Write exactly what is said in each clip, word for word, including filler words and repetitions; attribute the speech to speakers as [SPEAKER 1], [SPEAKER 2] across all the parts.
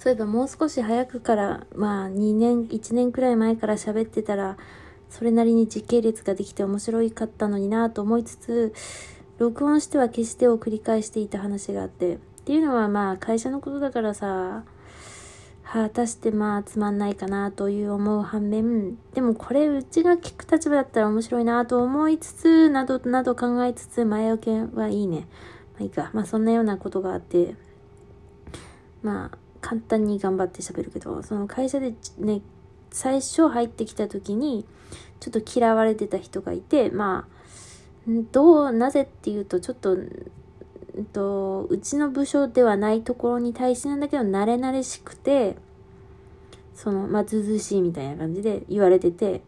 [SPEAKER 1] そういえばもう少し早くから、まあにねん、いちねんくらい前から喋ってたら、それなりに時系列ができて面白いかったのになと思いつつ、録音しては消してを繰り返していた話があって、っていうのはまあ会社のことだからさ、果たしてまあつまんないかなという思う反面、でもこれうちが聞く立場だったら面白いなと思いつつ、などなど考えつつ、前置きはいいね。まあいいか。まあそんなようなことがあって、まあ簡単に頑張って喋るけど、その会社でね、最初入ってきた時に、ちょっと嫌われてた人がいて、まあ、どう、なぜっていうと、ちょっと、うんと、うちの部署ではないところに対してなんだけど、慣れ慣れしくて、その、まあ、ずうずうしいみたいな感じで言われてて、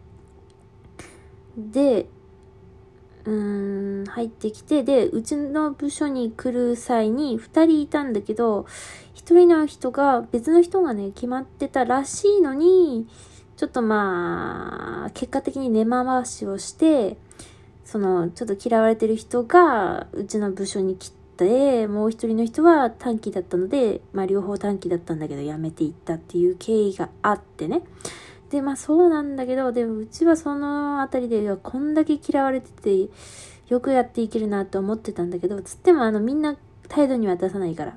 [SPEAKER 1] で、うーん、入ってきて、で、うちの部署に来る際にふたりいたんだけど、ひとりの人が、別の人がね、決まってたらしいのに、ちょっとまあ、結果的に根回しをして、その、ちょっと嫌われてる人が、うちの部署に来て、もう一人の人は短期だったので、まあ両方短期だったんだけど、辞めていったっていう経緯があってね。で、まあそうなんだけど、でもうちはそのあたりで、こんだけ嫌われてて、よくやっていけるなと思ってたんだけど、つってもあのみんな態度には出さないから。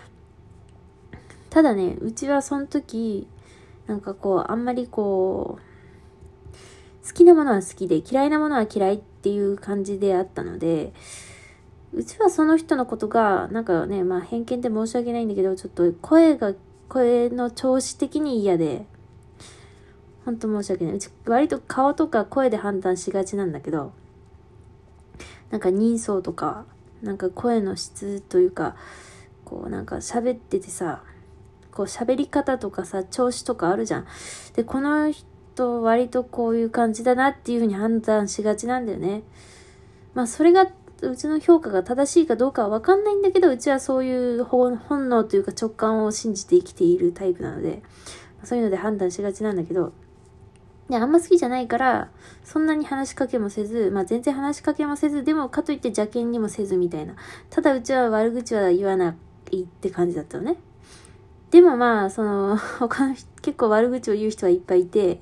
[SPEAKER 1] ただね、うちはその時、なんかこう、あんまりこう、好きなものは好きで嫌いなものは嫌いっていう感じであったので、うちはその人のことが、なんかね、まあ偏見で申し訳ないんだけど、ちょっと声が、声の調子的に嫌で、ほんと申し訳ない。うち割と顔とか声で判断しがちなんだけど、なんか人相とか、なんか声の質というか、こうなんか喋っててさ、こう喋り方とかさ、調子とかあるじゃん。で、この人割とこういう感じだなっていうふうに判断しがちなんだよね。まあそれがうちの評価が正しいかどうかはわかんないんだけど、うちはそういう本能というか直感を信じて生きているタイプなので、そういうので判断しがちなんだけど、で、あんま好きじゃないから、そんなに話しかけもせず、まあ全然話しかけもせず、でもかといって邪険にもせずみたいな。ただうちは悪口は言わないって感じだったのね。でもまあ、その、他の結構悪口を言う人はいっぱいいて、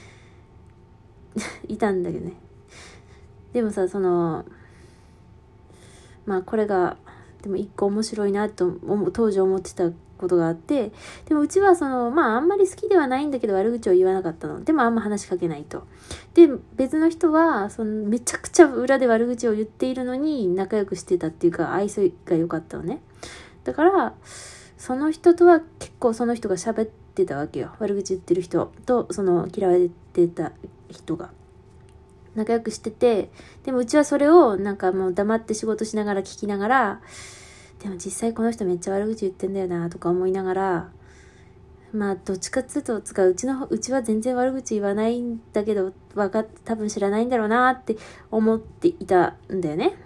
[SPEAKER 1] いたんだけどね。でもさ、その、まあこれが、でも一個面白いなと思当時思ってたことがあって、でもうちはその、まああんまり好きではないんだけど悪口を言わなかったの。でもあんま話しかけないと。で、別の人は、そのめちゃくちゃ裏で悪口を言っているのに仲良くしてたっていうか、愛想が良かったのね。だから、その人とは結構その人が喋ってたわけよ。悪口言ってる人と、その嫌われてた人が。仲良くしてて、でもうちはそれをなんかもう黙って仕事しながら聞きながら、でも実際この人めっちゃ悪口言ってんだよなとか思いながら、まあどっちかっつうと、つかうちの、うちは全然悪口言わないんだけど、わかっ、多分知らないんだろうなって思っていたんだよね。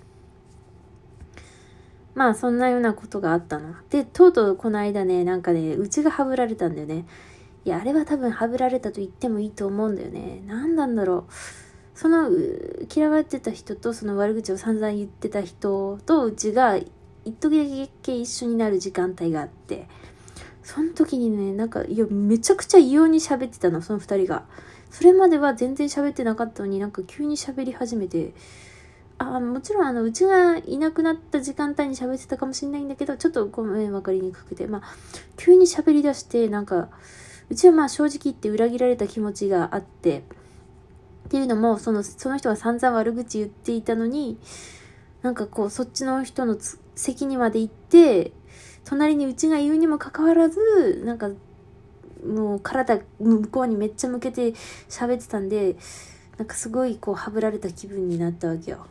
[SPEAKER 1] まあそんなようなことがあったの。で、とうとうこの間ね、なんかね、うちがハブられたんだよね。いや、あれは多分ハブられたと言ってもいいと思うんだよね。なんなんだろう。その嫌われてた人とその悪口を散々言ってた人とうちが一時だけ一緒になる時間帯があって、その時にね、なんかいやめちゃくちゃ異様に喋ってたの、その二人が。それまでは全然喋ってなかったのに、なんか急に喋り始めて、あ、もちろんあのうちがいなくなった時間帯に喋ってたかもしれないんだけど、ちょっとごめん分かりにくくて、まあ急に喋り出して、なんかうちはまあ正直言って裏切られた気持ちがあって。っていうのも、その、その人が散々悪口言っていたのに、なんかこう、そっちの人の席にまで行って、隣にうちが言うにもかかわらず、なんか、もう体、向こうにめっちゃ向けて喋ってたんで、なんかすごいこう、はぶられた気分になったわけよ。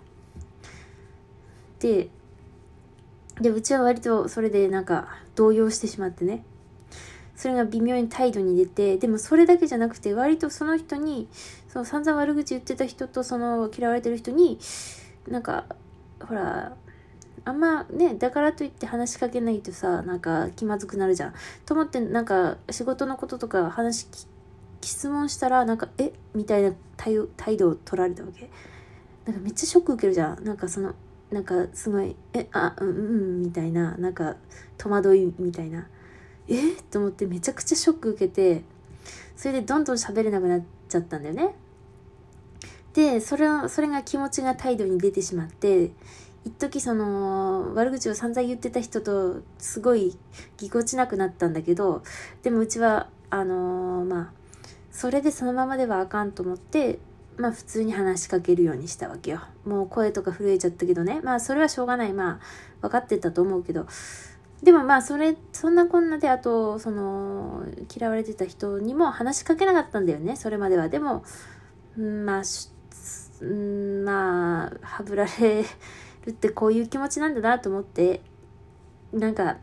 [SPEAKER 1] で、で、うちは割とそれでなんか、動揺してしまってね。それが微妙に態度に出て、でもそれだけじゃなくて、割とその人に、その散々悪口言ってた人とその嫌われてる人に、なんか、ほら、あんまね、だからといって話しかけないとさ、なんか気まずくなるじゃん。と思って、なんか仕事のこととか話、質問したら、なんか、えみたいな態度、態度を取られたわけ。なんかめっちゃショック受けるじゃん。なんかその、なんかすごい、え、あ、うん、うん、みたいな、なんか戸惑いみたいな。 えっと思ってめちゃくちゃショック受けて、それでどんどん喋れなくなっちゃったんだよね。で、それは、それが気持ちが態度に出てしまって、一時その悪口を散々言ってた人とすごいぎこちなくなったんだけど、でもうちはあのー、まあそれでそのままではあかんと思って、まあ普通に話しかけるようにしたわけよ。もう声とか震えちゃったけどね、まあそれはしょうがない、まあ分かってたと思うけど、でもまあそれそんなこんなで、あとその嫌われてた人にも話しかけなかったんだよね、それまでは。でもまあうんまあはぶられるってこういう気持ちなんだなと思って、なんか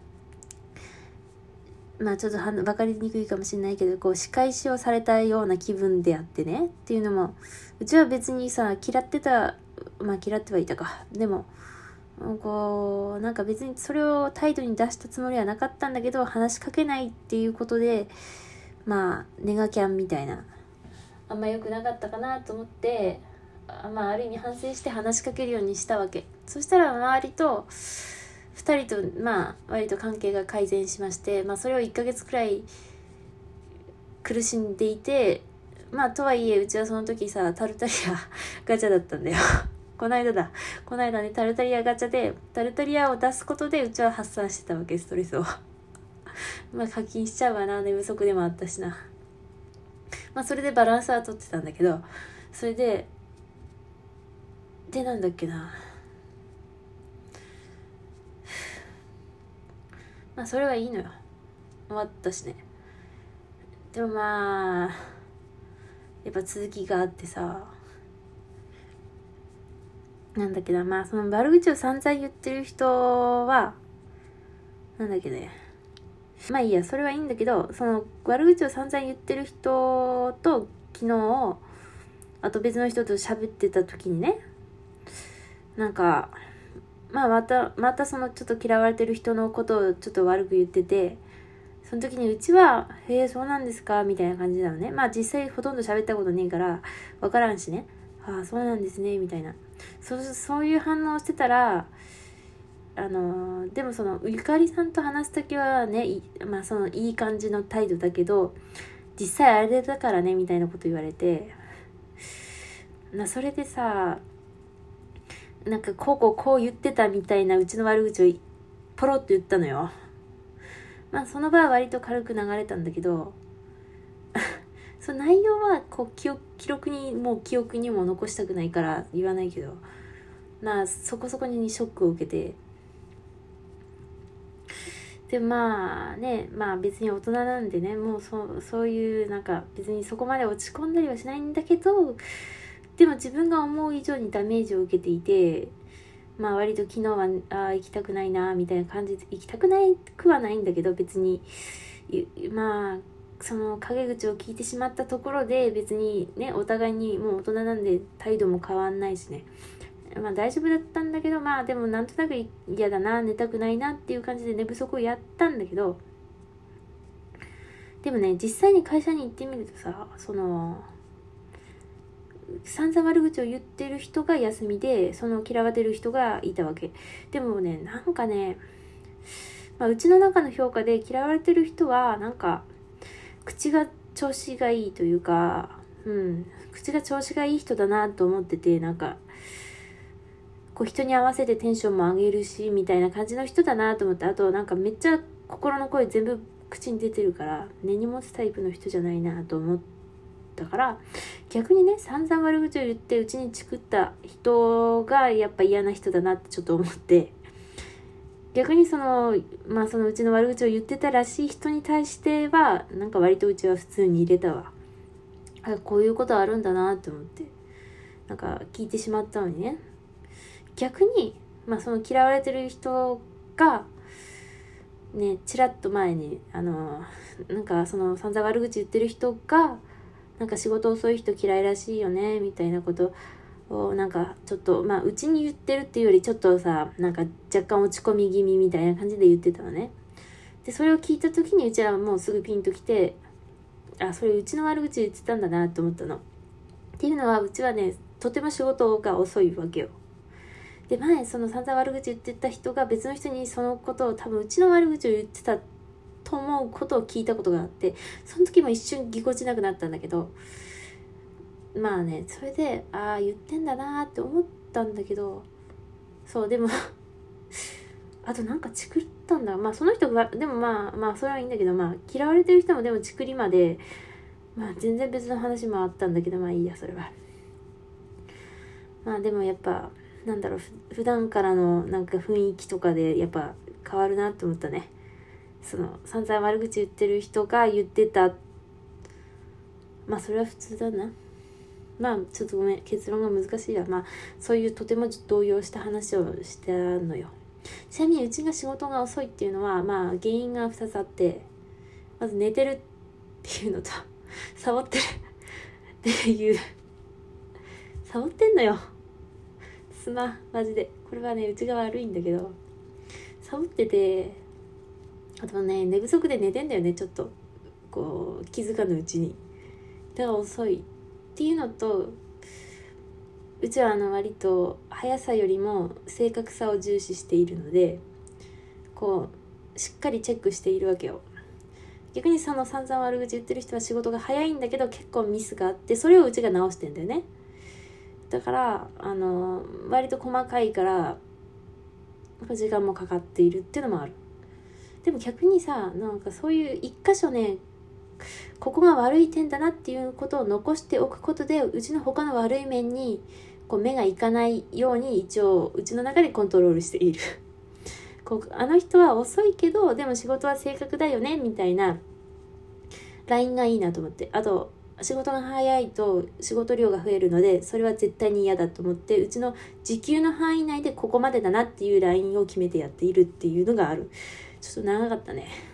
[SPEAKER 1] まあちょっと分かりにくいかもしれないけど、こう仕返しをされたような気分であってね、っていうのも、うちは別にさ嫌ってた、まあ嫌ってはいたか、でもこうなんか別にそれを態度に出したつもりはなかったんだけど、話しかけないっていうことでまあネガキャンみたいな、あんま良くなかったかなと思って、あまあある意味反省して話しかけるようにしたわけ。そしたら周りとふたりとまあ割と関係が改善しまして、まあそれをいっかげつくらい苦しんでいて、まあとはいえうちはその時さタルタリアガチャだったんだよこの間だこの間ねタルタリアガチャでタルタリアを出すことでうちは発散してたわけ、ストレスをまあ課金しちゃうわな、寝不足でもあったしな。まあそれでバランスは取ってたんだけど、それででなんだっけなまあそれはいいのよ、終わったしね。でもまあやっぱ続きがあってさ、なんだっけな、まあその悪口を散々言ってる人はなんだっけね、まあいいや、それはいいんだけど、その悪口を散々言ってる人と昨日あと別の人と喋ってた時にね、なんかまあまたまたそのちょっと嫌われてる人のことをちょっと悪く言ってて、その時にうちは「へえそうなんですか」みたいな感じなのね。まあ実際ほとんど喋ったことねえから分からんしね、ああそうなんですねみたいな、そそういう反応してたら、あのー、でもそのゆかりさんと話す時はね、まあそのいい感じの態度だけど実際あれだからねみたいなこと言われて、なそれでさ、なんかこうこうこう言ってたみたいなうちの悪口をポロッと言ったのよ。まあその場は割と軽く流れたんだけどその内容はこう記憶記録にもう記憶にも残したくないから言わないけど、まあそこそこにショックを受けて、でまあね、まあ別に大人なんでね、もうそそういうなんか別にそこまで落ち込んだりはしないんだけど、でも自分が思う以上にダメージを受けていて、まあ割と昨日はあ行きたくないなみたいな感じで、行きたくないくはないんだけど、別にまあその陰口を聞いてしまったところで別にね、お互いにもう大人なんで態度も変わんないしね、まあ大丈夫だったんだけど、まあでもなんとなく嫌だな、寝たくないなっていう感じで寝不足をやったんだけど、でもね実際に会社に行ってみるとさ、その散々悪口を言ってる人が休みで、その嫌われてる人がいたわけ。でもね、なんかね、まあ、うちの中の評価で嫌われてる人はなんか口が調子がいいというか、うん口が調子がいい人だなと思ってて、なんかこう人に合わせてテンションも上げるしみたいな感じの人だなと思って、あとなんかめっちゃ心の声全部口に出てるから根に持つタイプの人じゃないなと思ってだから逆にね、散々悪口を言ってうちにチクった人がやっぱ嫌な人だなってちょっと思って、逆にそのまあそのうちの悪口を言ってたらしい人に対してはなんか割とうちは普通に入れたわ。あ、こういうことあるんだなって思ってなんか聞いてしまったのにね、逆にまあその嫌われてる人がね、ちらっと前にあのなんかその散々悪口言ってる人がなんか仕事遅い人嫌いらしいよねみたいなことをなんかちょっとまあうちに言ってるっていうよりちょっとさ、なんか若干落ち込み気味みたいな感じで言ってたのね。でそれを聞いた時にうちはもうすぐピンときて、あ、それうちの悪口言ってたんだなと思ったの。っていうのはうちはねとても仕事が遅いわけよ。で前その散々悪口言ってた人が別の人にそのことを多分うちの悪口を言ってたと思うことを聞いたことがあって、その時も一瞬ぎこちなくなったんだけど、まあね、それでああ言ってんだなって思ったんだけど、そうでもあとなんかチクったんだ。まあその人がでもまあまあそれはいいんだけど、まあ嫌われてる人もでもチクりまで、まあ全然別の話もあったんだけど、まあいいやそれは。まあでもやっぱなんだろう、普段からのなんか雰囲気とかでやっぱ変わるなって思ったね。その散々悪口言ってる人が言ってた、まあそれは普通だな。まあちょっとごめん、結論が難しいわ。まあそういうとても動揺した話をしたのよ。ちなみにうちが仕事が遅いっていうのはまあ原因がふたつあって、まず寝てるっていうのとサボってるっていうサボってんのよ、すまマジで。これはねうちが悪いんだけど、サボってて、あとね寝不足で寝てんだよね、ちょっとこう気づかぬうちに。だから遅いっていうのと、うちはあの割と速さよりも正確さを重視しているので、こうしっかりチェックしているわけよ。逆にその散々悪口言ってる人は仕事が早いんだけど結構ミスがあって、それをうちが直してんだよね。だからあの割と細かいから時間もかかっているっていうのもある。でも逆にさ、なんかそういう一箇所ね、ここが悪い点だなっていうことを残しておくことで、うちの他の悪い面にこう目がいかないように一応うちの中でコントロールしているこうあの人は遅いけどでも仕事は正確だよねみたいなラインがいいなと思って。あと仕事が早いと仕事量が増えるので、それは絶対に嫌だと思って、うちの時給の範囲内でここまでだなっていうラインを決めてやっているっていうのがある。ちょっと長かったね。